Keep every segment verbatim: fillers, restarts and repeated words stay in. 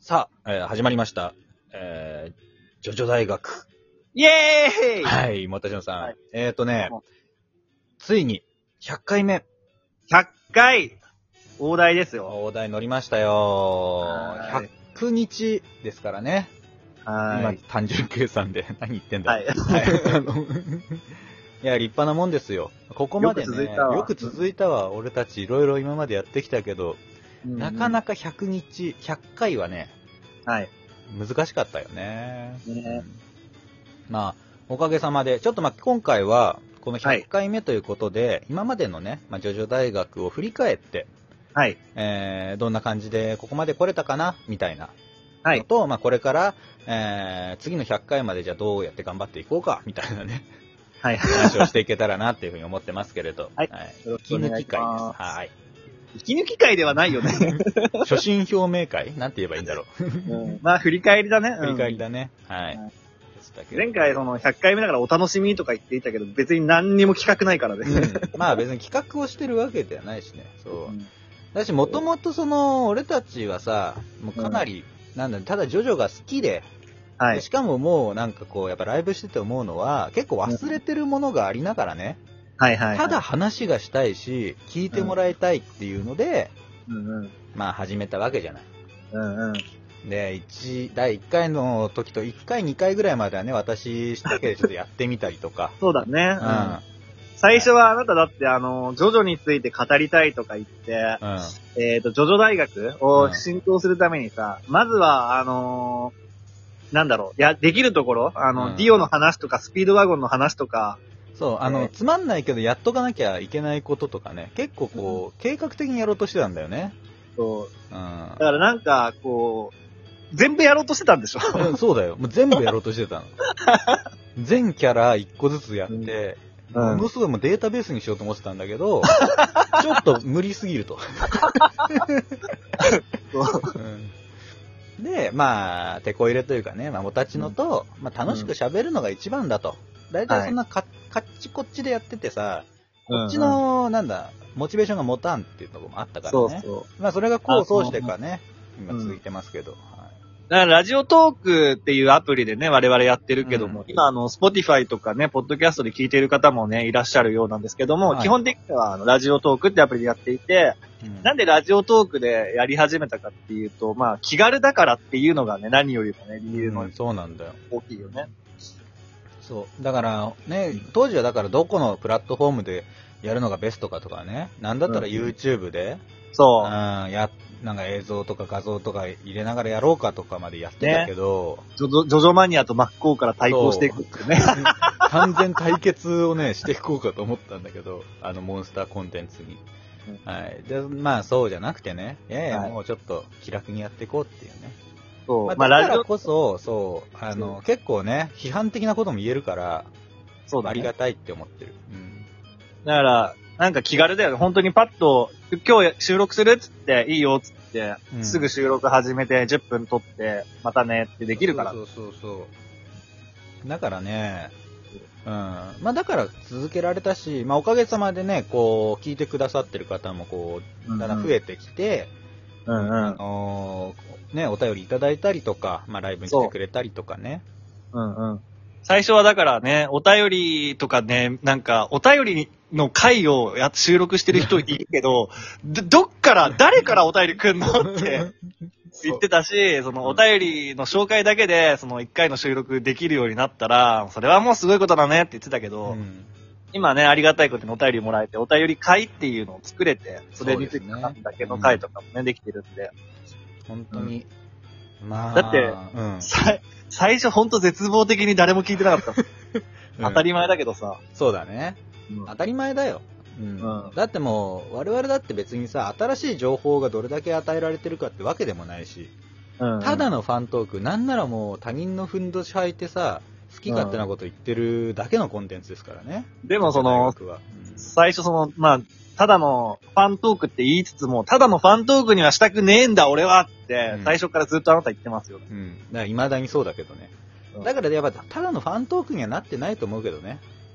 さあ、えー始まりました。えー、ジョジョ大学。 イエーイはい、もたしのさん。 はいえーとね、ついにひゃっかいめ、 ひゃっかい大台ですよ。 大台乗りましたよ。 はいひゃくにちですからね。今、 はい。 単純計算で何言ってんだよ。 はい。 はい。あのいや、立派なもんですよ。ここまでね、 よく続いたわよく続いたわ。俺たちいろいろ今までやってきたけど、なかなか。 かひゃくにち、ひゃっかいはね、 はい。 難しかったよね。 ねうんまあ、おかげさまで、ちょっとまあ今回は、このひゃっかいめということで、今までのね、まあ、ジョジョ大学を振り返って、 はい。 えー、どんな感じでここまで来れたかなみたいなはい。 のと、まあこれから、えー、次のひゃっかいまでじゃあどうやって頑張っていこうかみたいなね、 はい。 話をしていけたらなっていうふうに思ってますけれど、 はいよろしく息抜お願いしき会です。 ますはい。 息抜き会ではないよね。 初心表明会なんて言えばいいんだろう。 うんまあ、振り返りだね。 振り返りだ。 だね。はい。 はいでしたけど前回、そのひゃっかいめだからお楽しみとか言っていたけど、別に何にも企画ないからね。 うんまあ別に企画をしてるわけではないしね。そう。 うんだし、もともとその、俺たちはさ、もうかなり、なんだ、ただジョジョが好きで、 はい。 でしかももうなんかこう、やっぱライブしてて思うのは、結構忘れてるものがありながらね、 はいはいはい。 ただ話がしたいし、聞いてもらいたいっていうので、 うんうん。 まあ始めたわけじゃない。 うんうん。 で、一、だいいっかいの時といっかい、にかいぐらいまではね、私だけでちょっとやってみたりとか、 そうだね。 う。 うんん。最初はあなただってあの、ジョジョについて語りたいとか言って、 うん。 えっ、と、ジョジョ大学を進行するためにさ、まずは、あのーなんだろう、いや、できるところ、あの、 うんディオの話とか、スピードワゴンの話とか、 そう、あの、 ねつまんないけどやっとかなきゃいけないこととかね、結構こう、計画的にやろうとしてたんだよね。 そう、 うんだ。からなんか、こう、全部やろうとしてたんでしょうんそうだよ。もう全部やろうとしてたの。全キャラ一個ずつやって、 うんものすごいもうデータベースにしようと思ってたんだけど、ちょっと無理すぎると。 そううんで、まあ、手こ入れというかね、まあ、もたちのと、まあ、楽しく喋るのが一番だと。だいたいそんなか、かっちこっちでやっててさ、こっちの、なんだ、モチベーションが持たんっていうところもあったからね。 そうそまあ、それが功を奏してかね、今続いてますけど。はいだからラジオトークっていうアプリでね、我々やってるけども、 うん今あの、スポティファイとかね、ポッドキャストで聞いている方もね、いらっしゃるようなんですけども、 はい基本的にはあの、ラジオトークってアプリでやっていて、 うんなんでラジオトークでやり始めたかっていうと、まあ、気軽だからっていうのがね、何よりもね、理由のうんそうなんだよ。 大きいよね。 そう。だから、ね、当時はだからどこのプラットフォームでやるのがベストかとかね、なんだったらうん YouTube で、 そうう。 ん、や、なんか映像とか画像とか入れながらやろうかとかまでやってたけど、 ジョジョジョジョマニアと真っ向から対抗していくっていうね。 完全対決をね、していこうかと思ったんだけど、あのモンスターコンテンツに。 うんはい。で、まあそうじゃなくてね、いやいや、 はいもうちょっと気楽にやっていこうっていうね。 そう。 まあ、 まあ、 だからラジオ、 こそ、そう、あの、結構ね、批判的なことも言えるから、 そうだね。 ありがたいって思ってる。うん。 だから、なんか気軽だよね。本当にパッと、今日収録するっつって、いいよっつって、 うんすぐ収録始めてじゅっぷん撮って、またねってできるから。 そうそうそうそう。だからね、うん。まあだから続けられたし、まあおかげさまでね、こう、聞いてくださってる方もこう、だんだん増えてきて、 うんうん。 あのーね、お便りいただいたりとか、まあライブに来てくれたりとかね。 うんうん。最初はだからね、お便りとかね、なんか、お便りの回をや収録してる人いるけど、ど、どっから、誰からお便り来んのって言ってたし、そのお便りの紹介だけで、そのいっかいの収録できるようになったら、それはもうすごいことだねって言ってたけど、 うん今ね、ありがたいことにお便りもらえて、お便り会っていうのを作れて、それについてそうですね話すだけの会とかもね、できてるんで、 本当に。まあ、 だってうん。 さ最初ほんと絶望的に誰も聞いてなかった。当たり前だけどさ。 そうだね。 うん当たり前だよ。うんうんだってもう、我々だって別にさ、新しい情報がどれだけ与えられてるかってわけでもないし、 うんただのファントーク、なんならもう他人のふんどし履いてさ、好き勝手なこと言ってるだけのコンテンツですからね。 でもその大学はうん最初その、まあ、ただのファントークって言いつつも、ただのファントークにはしたくねえんだ、俺はってう、ん最初からずっとあなた言ってますよね。 うん。だから未だにそうだけどね。 うんだからやっぱただのファントークにはなってないと思うけどね。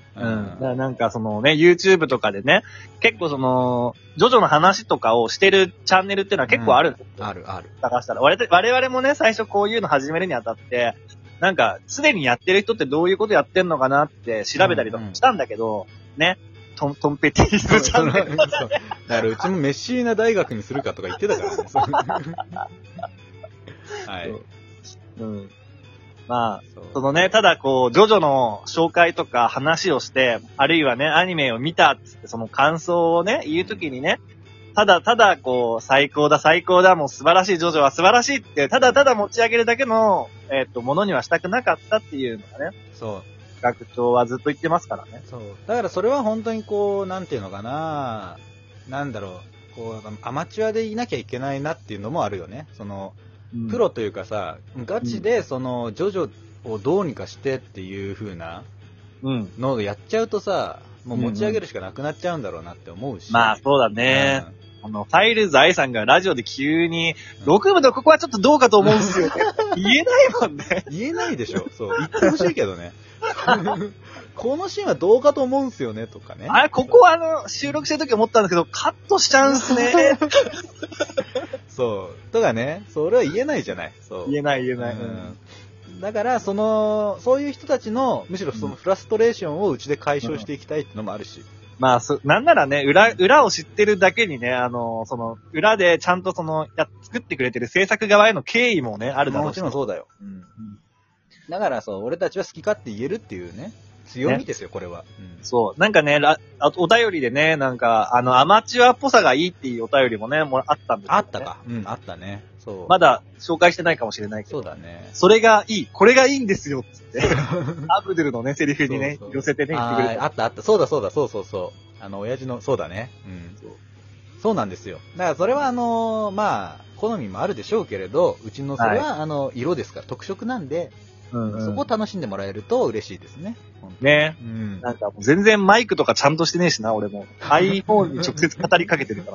うん。だからなんかそのね、YouTube とかでね、結構その、ジョジョの話とかをしてるチャンネルっていうのは結構あるんですよ。 うん、あるある。 探したら。我々我々もね、最初こういうの始めるにあたって、なんか、すでにやってる人ってどういうことやってんのかなって調べたりとかしたんだけど、うんうん、ね、トン、トンペティスチャンネル。 だからうちもメッシーナ大学にするかとか言ってたからね。はい。 うん。まあ、そ, そのね、ただこう、ジョジョの紹介とか話をして、あるいはね、アニメを見たっつって、その感想をね、言うときにね、ただただこう、最高だ最高だ、もう素晴らしいジョジョは素晴らしいって、ただただ持ち上げるだけの、えっと、ものにはしたくなかったっていうのがね。 そう。 学長はずっと言ってますからね。 そう。だからそれは本当にこう、なんていうのかな、なんだろう、こう、アマチュアでいなきゃいけないなっていうのもあるよね。その、うん、プロというかさ、ガチでその、ジョジョをどうにかしてっていう風なのをやっちゃうとさ、もう持ち上げるしかなくなっちゃうんだろうなって思うし。 うん、まあそうだね。うん、あの、ファイルズ愛さんがラジオで急に、ろく部のここはちょっとどうかと思うんですよね。言えないもんね。 言えないでしょ。そう。言ってほしいけどね。このシーンはどうかと思うんすよね、とかね。 あれ、ここはあの、収録してる時思ったんですけど、カットしちゃうんすね。 そう。とかね、それは言えないじゃない。そう。 言えない言えない。 うん、だから、その、そういう人たちの、むしろそのフラストレーションをうちで解消していきたいってのもあるし。うん、 まあ、そ、なんならね、裏、裏を知ってるだけにね、あの、その、裏でちゃんとその、や、作ってくれてる制作側への敬意もね、あるだろうし。 もちろんそうだよ。うん。うん、だからそう、俺たちは好き勝手言えるっていうね、強みですよ、ね、これは、 うん。そう。なんかね、らあお便りでね、なんか、あの、アマチュアっぽさがいいっていうお便りもね、もうあったんですよ、ね。 あったか。うん、あったね。そう。 まだ紹介してないかもしれないけど。 そうだね。 それがいい。これがいいんですよ、つって。アブドゥルのね、セリフにね、そうそう寄せてね、言ってくれた。 あったあった。そうだそうだ、そうそうそう。あの、親父の、そうだね。うん。そう。そうなんですよ。だからそれはあのー、まあ、好みもあるでしょうけれど、うちのそれは、はい、あの、色ですから、特色なんで、うんうん、そこを楽しんでもらえると嬉しいですね。 ね、うん。なんかもう全然マイクとかちゃんとしてねえしな、俺も。iPhone に直接語りかけてるから。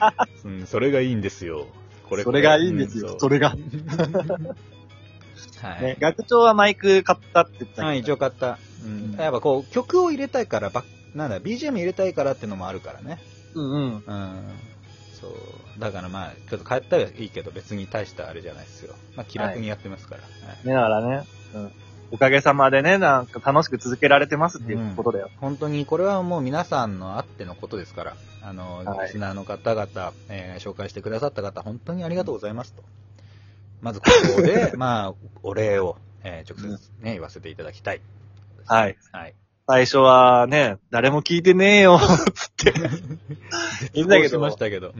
うん、それがいいんですよ。 これそれがいいんですよ。うん、そ, それが。はい。ね、学長はマイク買ったって言ったけど。 はい、一応買った。うん。やっぱこう、曲を入れたいから、ば、なんだ、ビージーエム 入れたいからってのもあるからね。 うんうん。うん。 そう。だからまあ、ちょっと買ったらいいけど、別に大したあれじゃないですよ。まあ、気楽にやってますから。はい。 ね、だからね。うん。おかげさまでね、なんか楽しく続けられてますっていうことだよ。 うん、本当に、これはもう皆さんのあってのことですから、あの、はい、リスナーの方々、えー、紹介してくださった方、本当にありがとうございますと。まずここで、まあ、お礼を、えー、直接ね、言わせていただきたい。 はい。はい。最初はね、誰も聞いてねえよ、つって。 いいんだけど。ましたけど。うん。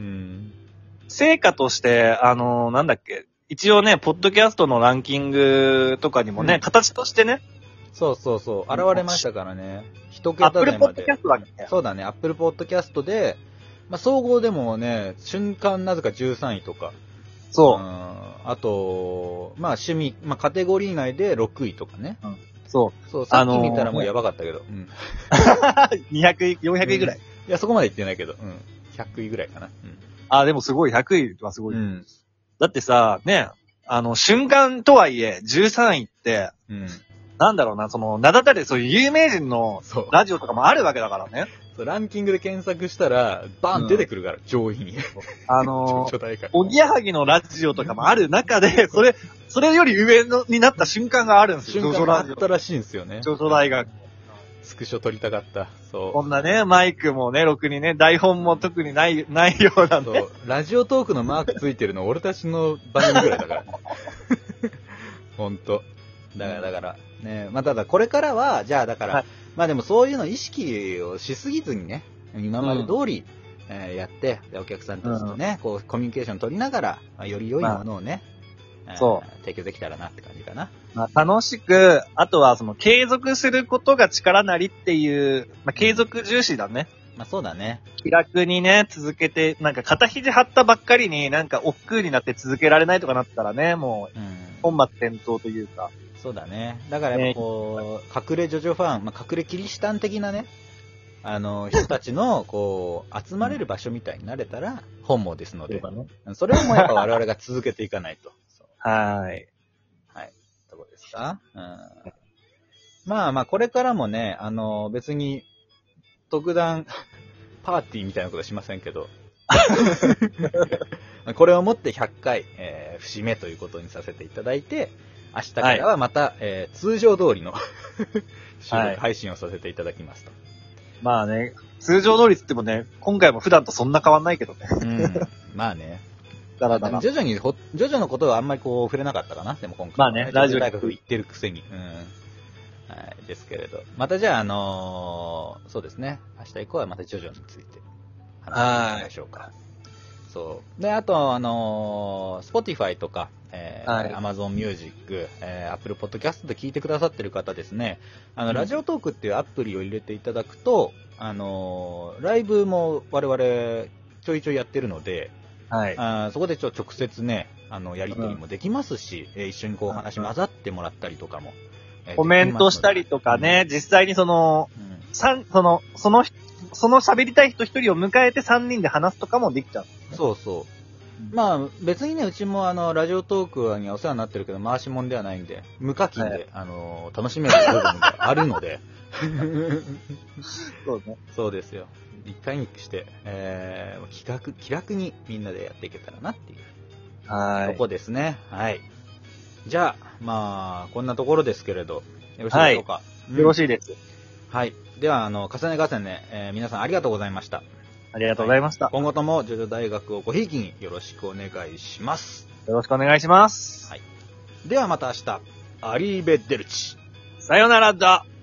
成果として、あの、なんだっけ、一応ね、ポッドキャストのランキングとかにもね、うん、形としてね。 そうそうそう、現れましたからね。一桁台まで。 Apple Podcast だっけ？ そうだね、Apple Podcast で、まあ、総合でもね、瞬間なぜかじゅうさんいとか。 そう。 うん、あと、まあ趣味、まあカテゴリー内でろくいとかね。 うん、そう。 そう、さっき見たらもうやばかったけど。あのー、うん。 にひゃくい、よんひゃくいぐらい、うん。 いや、そこまでいってないけど、うん。ひゃくいぐらいかな。うん。 あ、でもすごい、ひゃくいはすごい。うん。だってさ、ね、あの、瞬間とはいえ、じゅうさんいって、うん、なんだろうな、その、名だたるそういう有名人のラジオとかもあるわけだからね。 そう、ランキングで検索したら、バーン出てくるから、うん、上位に。 あのー、おぎやはぎのラジオとかもある中で、それ、それより上のになった瞬間があるんですよ。 瞬間があったらしいんですよね。 ジョジョ大学。 スクショ撮りたかった。そう。 こんなね、マイクもね、ろくにね、台本も特にない、ないようなね。そう。 ラジオトークのマークついてるの俺たちの番組ぐらいだから。ほんと。だから、だから、ね、まあ、ただこれからは、じゃあだから、はい、まあでもそういうの意識をしすぎずにね、今まで通り、うん、えー、やって、で、お客さんたちとね、うん、こう、コミュニケーション取りながら、まあ、より良いものをね、まあ、そう。提供できたらなって感じかな。 まあ、楽しく、あとはその継続することが力なりっていう、まあ、継続重視だね。 まあそうだね。 気楽にね、続けて、なんか肩肘張ったばっかりになんか億劫になって続けられないとかなったらね、もう、本末転倒というか。 そうだね。だからやっぱこう、隠れジョジョファン、まあ、隠れキリシタン的なね、あの、人たちの、こう、集まれる場所みたいになれたら、本望ですので、そ, ね、それをもうやっぱ我々が続けていかないと。 はい。 はい。どこですか？うん。 まあまあ、これからもね、あの、別に、特段、パーティーみたいなことはしませんけど、これをもってひゃっかい、えー、節目ということにさせていただいて、明日からはまた、はい、えー、通常通りの収録配信をさせていただきますと。 まあね、通常通りって言ってもね、今回も普段とそんな変わんないけどね。 うん。まあね。 だからだから徐々にほ、徐々のことはあんまりこう触れなかったかな、でも今回、ね。 まあね、 ラジオ大学行ってるくせに。うん。はい。ですけれど。またじゃあ、あのー、そうですね。明日以降はまた徐々について話していきましょうか。そう。で、あと、あのー、Spotify とか、えーはい、Amazon Music、えー、Apple Podcast で聞いてくださってる方ですね、あの、うん、ラジオトークっていうアプリを入れていただくと、あのー、ライブも我々ちょいちょいやってるので、はい、あそこでちょ直接ね、あの、やりとりもできますし、うん、えー、一緒にこう話混ざってもらったりとかも。えー、 コメントしたりとかね、うん、実際にその、うん、さその、その、その喋りたい人一人を迎えて三人で話すとかもできちゃう、ね。 そうそう。まあ、別にね、うちもあの、ラジオトークにはお世話になってるけど、回しもんではないんで、無課金で、はい、あの、楽しめる部分があるので。 そうね。 そうですよ。一回にして、えー、気楽、気楽にみんなでやっていけたらなっていう。はい。とこですね。はい。じゃあ、まあ、こんなところですけれど、よろしいでしょうか。はい、 うん、よろしいです。 はい。では、あの、重ね重ね、えー、皆さんありがとうございました。 ありがとうございました。はい、 今後とも、ジョジョ大学をごひいきによろしくお願いします。 よろしくお願いします。 はい。ではまた明日、アリーベ・デルチ。 さよならだ。